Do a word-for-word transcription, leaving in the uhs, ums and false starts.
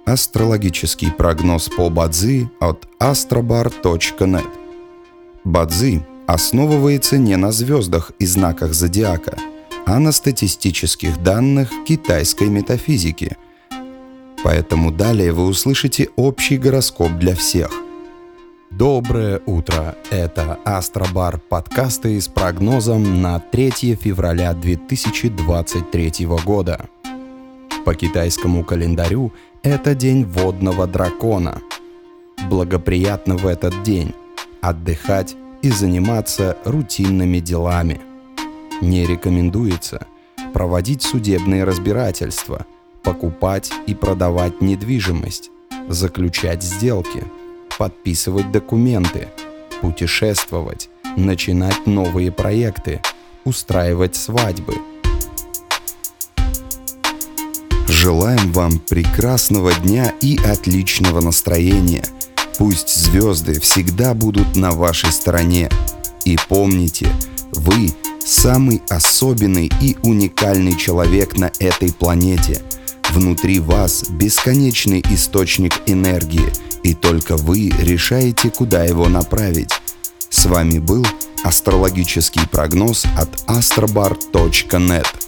Астрологический прогноз по Бадзи от астробар точка нет. Бадзи основывается не на звездах и знаках зодиака, а на статистических данных китайской метафизики. Поэтому далее вы услышите общий гороскоп для всех. Доброе утро! Это Астробар, подкасты с прогнозом на третье февраля две тысячи двадцать третьего года. По китайскому календарю это день водного дракона. Благоприятно в этот день отдыхать и заниматься рутинными делами. Не рекомендуется проводить судебные разбирательства, покупать и продавать недвижимость, заключать сделки, подписывать документы, путешествовать, начинать новые проекты, устраивать свадьбы. Желаем вам прекрасного дня и отличного настроения. Пусть звезды всегда будут на вашей стороне. И помните, вы самый особенный и уникальный человек на этой планете. Внутри вас бесконечный источник энергии, и только вы решаете, куда его направить. С вами был астрологический прогноз от астробар точка нет.